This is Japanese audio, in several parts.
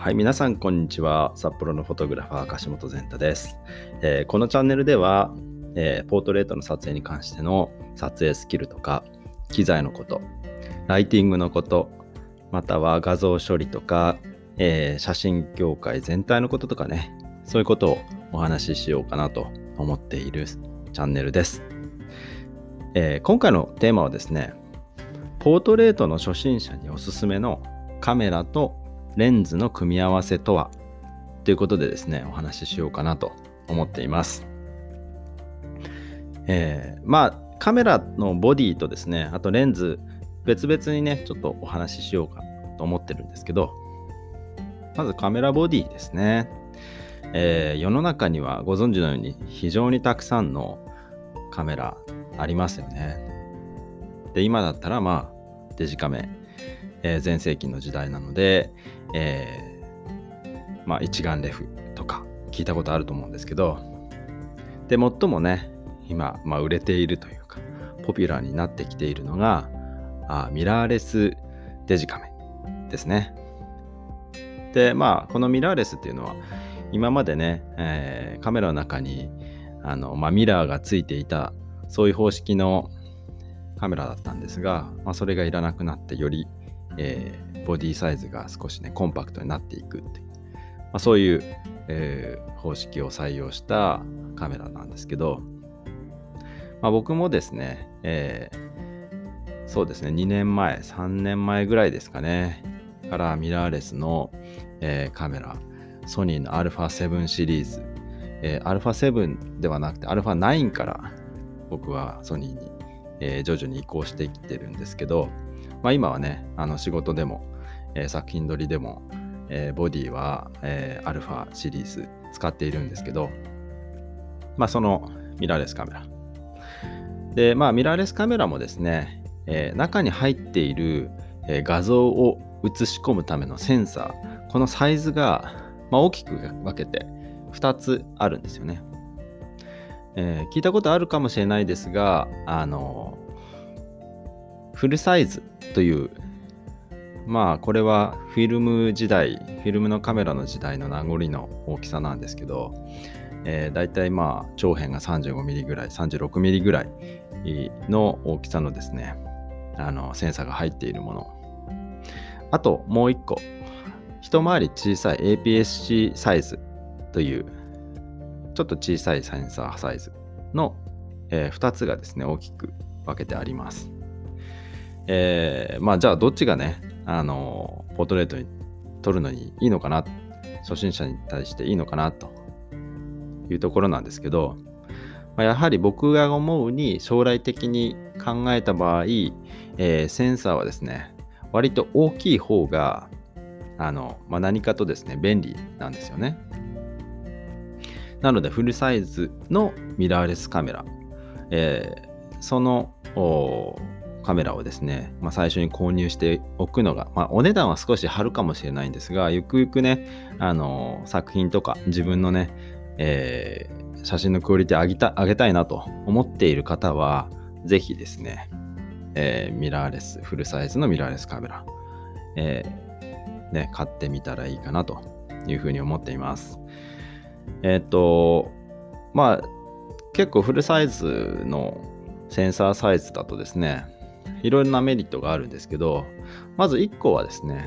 はい、皆さんこんにちは。札幌のフォトグラファー樫本善太です。このチャンネルでは、ポートレートの撮影に関しての撮影スキルとか機材のこと、ライティングのこと、または画像処理とか、写真業界全体のこととかね、そういうことをお話ししようかなと思っているチャンネルです。今回のテーマはですね、ポートレートの初心者におすすめのカメラとレンズの組み合わせとはということでですね、お話ししようかなと思っています。カメラのボディとですね、あとレンズ別々にねちょっとお話ししようかと思ってるんですけど、まずカメラボディですね。世の中にはご存知のように非常にたくさんのカメラありますよね。で、今だったらデジカメ、全盛期の時代なので、一眼レフとか聞いたことあると思うんですけど、で最もね今、売れているというかポピュラーになってきているのがミラーレスデジカメですね。でこのミラーレスっていうのは今までね、カメラの中にミラーがついていたそういう方式のカメラだったんですが、それがいらなくなってより、ボディサイズが少しねコンパクトになっていくっていう、そういう、方式を採用したカメラなんですけど、僕もですね、そうですね2年前3年前ぐらいですかねからミラーレスの、カメラ、ソニーの α7 シリーズ、α7 ではなくて α9 から僕はソニーに、徐々に移行してきてるんですけど、今はね仕事でも、作品撮りでも、ボディは、α シリーズ使っているんですけど、そのミラーレスカメラで、ミラーレスカメラもですね、中に入っている、画像を写し込むためのセンサー、このサイズが、大きく分けて2つあるんですよね。聞いたことあるかもしれないですが、フルサイズという、これはフィルムのカメラの時代の名残の大きさなんですけど、だいたい長辺が 35mm ぐらい 36mm ぐらいの大きさのですねセンサーが入っているもの、あともう一個一回り小さい APS-C サイズというちょっと小さいセンサーサイズの、2つがですね大きく分けてあります。じゃあどっちがねポートレートに撮るのにいいのかな、初心者に対していいのかなというところなんですけど、やはり僕が思うに将来的に考えた場合、センサーはですね割と大きい方が何かとですね便利なんですよね。なのでフルサイズのミラーレスカメラ、そのカメラをですね、最初に購入しておくのが、お値段は少し張るかもしれないんですが、ゆくゆくね作品とか自分のね、写真のクオリティ上げたいなと思っている方はぜひですね、ミラーレスフルサイズのミラーレスカメラ、買ってみたらいいかなというふうに思っています。結構フルサイズのセンサーサイズだとですねいろいろなメリットがあるんですけど、まず1個はですね、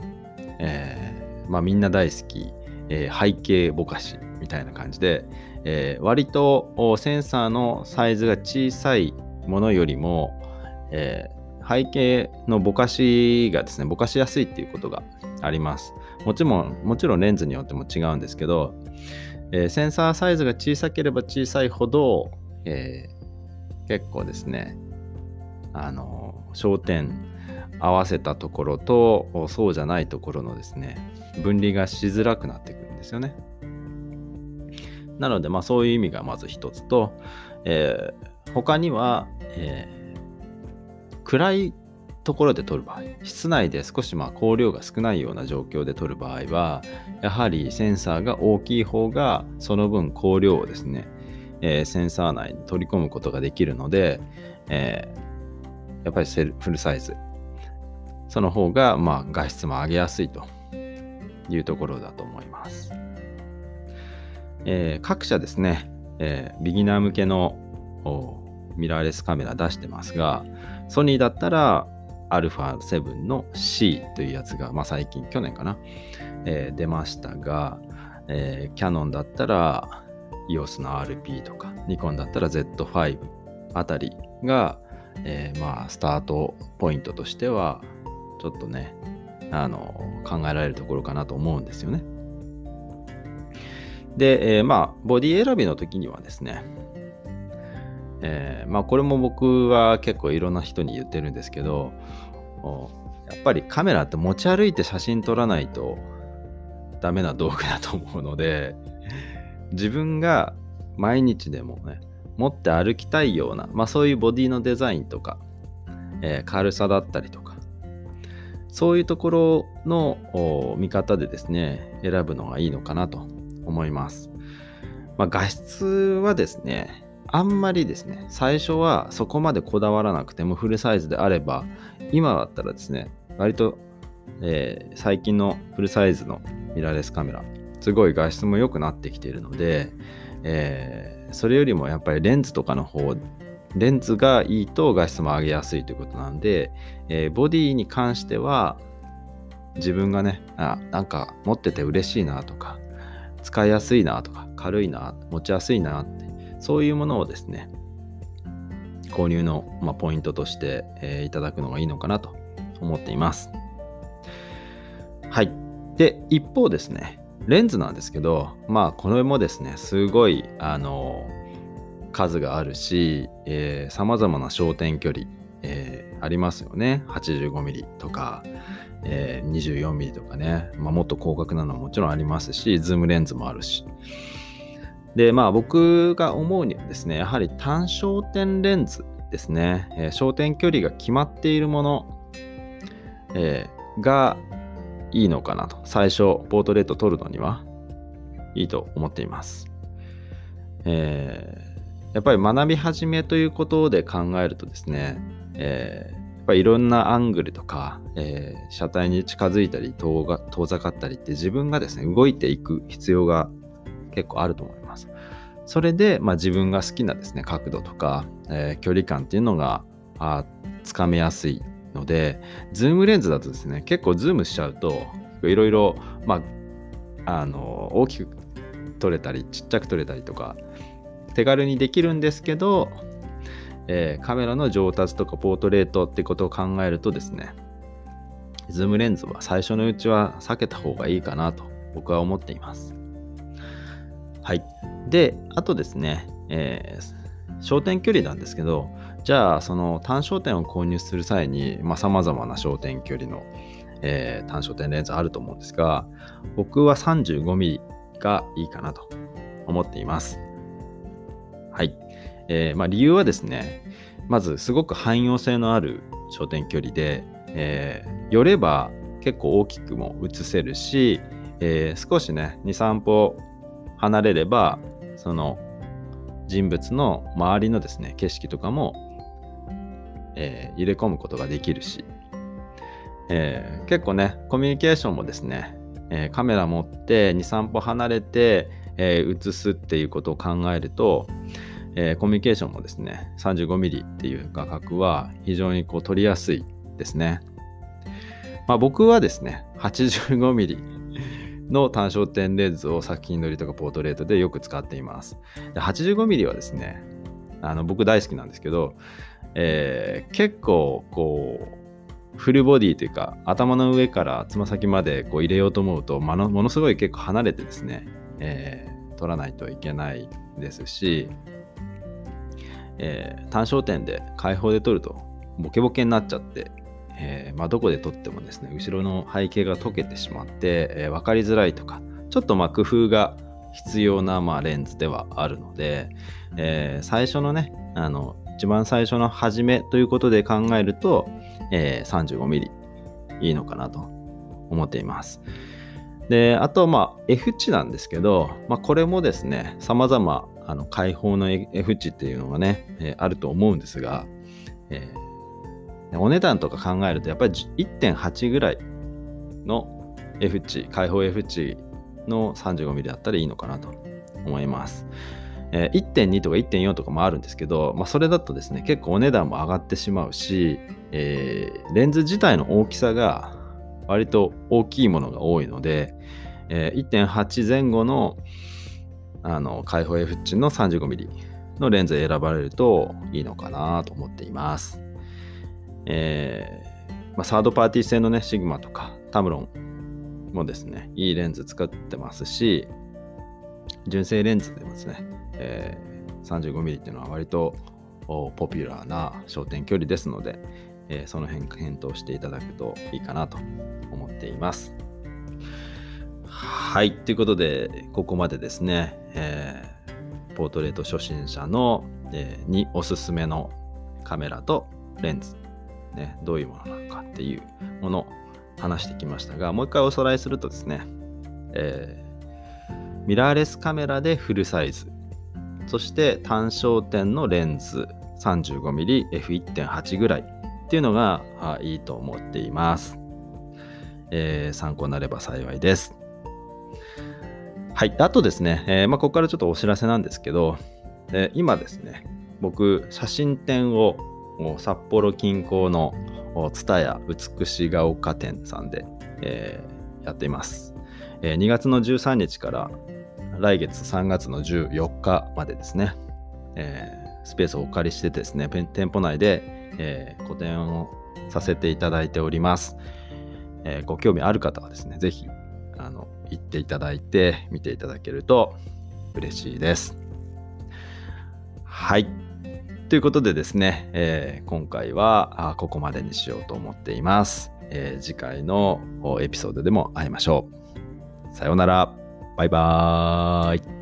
みんな大好き、背景ぼかしみたいな感じで、割とセンサーのサイズが小さいものよりも、背景のぼかしがですねぼかしやすいっていうことがあります。もちろんレンズによっても違うんですけど、センサーサイズが小さければ小さいほど、結構ですね焦点合わせたところとそうじゃないところのですね分離がしづらくなってくるんですよね。なのでそういう意味がまず一つと、他には、暗いところで撮る場合、室内で少し光量が少ないような状況で撮る場合はやはりセンサーが大きい方がその分光量をですね、センサー内に取り込むことができるので、やっぱりフルサイズその方が画質も上げやすいというところだと思います。各社ですね、ビギナー向けのミラーレスカメラ出してますが、ソニーだったら α7 の C というやつが、最近去年かな、出ましたが、キャノンだったら EOS の RP とか、ニコンだったら Z5 あたりが、スタートポイントとしてはちょっとね考えられるところかなと思うんですよね。で、ボディ選びの時にはですね、これも僕は結構いろんな人に言ってるんですけど、やっぱりカメラって持ち歩いて写真撮らないとダメな道具だと思うので、自分が毎日でもね持って歩きたいような、そういうボディのデザインとか、軽さだったりとか、そういうところの見方でですね選ぶのがいいのかなと思います。画質はですねあんまりですね最初はそこまでこだわらなくてもフルサイズであれば、今だったらですね割と、最近のフルサイズのミラーレスカメラすごい画質も良くなってきているので、それよりもやっぱりレンズとかの方、レンズがいいと画質も上げやすいということなんで、ボディに関しては自分がねなんか持ってて嬉しいなとか、使いやすいなとか、軽いな、持ちやすいなって、そういうものをですね購入の、ポイントとして、いただくのがいいのかなと思っています。はい。で一方ですねレンズなんですけど、これもですねすごい数があるし、様々な焦点距離、ありますよね。 85mm とか、24mm とかね、もっと広角なのももちろんありますし、ズームレンズもあるし、で僕が思うにはですねやはり単焦点レンズですね、焦点距離が決まっているもの、がいいのかなと、最初ポートレート撮るのにはいいと思っています。やっぱり学び始めということで考えるとですね、やっぱりいろんなアングルとか、車体に近づいたり遠ざかったりって自分がですね動いていく必要が結構あると思います。それで、自分が好きなですね角度とか、距離感っていうのがつかめやすいので、ズームレンズだとですね結構ズームしちゃうといろいろ大きく撮れたりちっちゃく撮れたりとか手軽にできるんですけど、カメラの上達とかポートレートってことを考えるとですね、ズームレンズは最初のうちは避けた方がいいかなと僕は思っています。はい。であとですね、焦点距離なんですけど、じゃあその単焦点を購入する際に様々な焦点距離の、単焦点レンズあると思うんですが、僕は 35mm がいいかなと思っています。はい。理由はですね、まずすごく汎用性のある焦点距離で、寄れば結構大きくも映せるし、少しね 2,3 歩離れればその人物の周りのですね景色とかも、入れ込むことができるし、結構ねコミュニケーションもですね、カメラ持って 2,3 歩離れて、写すっていうことを考えると、コミュニケーションもですね 35mm っていう画角は非常に撮りやすいですね。僕はですね 85mm の単焦点レンズを作品撮りとかポートレートでよく使っています。で 85mm はですね僕大好きなんですけど、結構フルボディというか頭の上からつま先まで入れようと思うとものすごい結構離れてですね、撮らないといけないですし、単焦点で開放で撮るとボケボケになっちゃって、どこで撮ってもですね後ろの背景が溶けてしまって、分かりづらいとかちょっと工夫が必要なレンズではあるので、最初のね一番最初の始めということで考えると、35mm いいのかなと思っています。であとF 値なんですけど、これもですね様々開放の F 値っていうのがね、あると思うんですが、お値段とか考えるとやっぱり 1.8 ぐらいの F 値、開放 F 値の 35mm だったらいいのかなと思います。1.2 とか 1.4 とかもあるんですけど、それだとですね、結構お値段も上がってしまうし、レンズ自体の大きさが割と大きいものが多いので、1.8 前後の開放 F 値の 35mm のレンズを選ばれるといいのかなと思っています。サードパーティー製のね、シグマとかタムロンもですね、いいレンズ使ってますし、純正レンズでもですね、35mm っていうのは割とポピュラーな焦点距離ですので、その辺検討していただくといいかなと思っています。はい、ということでここまでですね、ポートレート初心者の、におすすめのカメラとレンズ、どういうものなのかっていうものを話してきましたが、もう一回おさらいするとですね、ミラーレスカメラでフルサイズ、そして単焦点のレンズ 35mm F1.8 ぐらいっていうのがいいと思っています。参考になれば幸いです。はい、あとですね、ここからちょっとお知らせなんですけど、今ですね、僕写真展を札幌近郊の蔦屋美ヶ丘店さんで、やっています。2月の13日から来月3月の14日までですね、スペースをお借りしてですね、店舗内で、個展をさせていただいております。ご興味ある方はですね、ぜひ行っていただいて見ていただけると嬉しいです。はい、ということでですね、今回はここまでにしようと思っています。次回のエピソードでも会いましょう。さようなら。バイバーイ。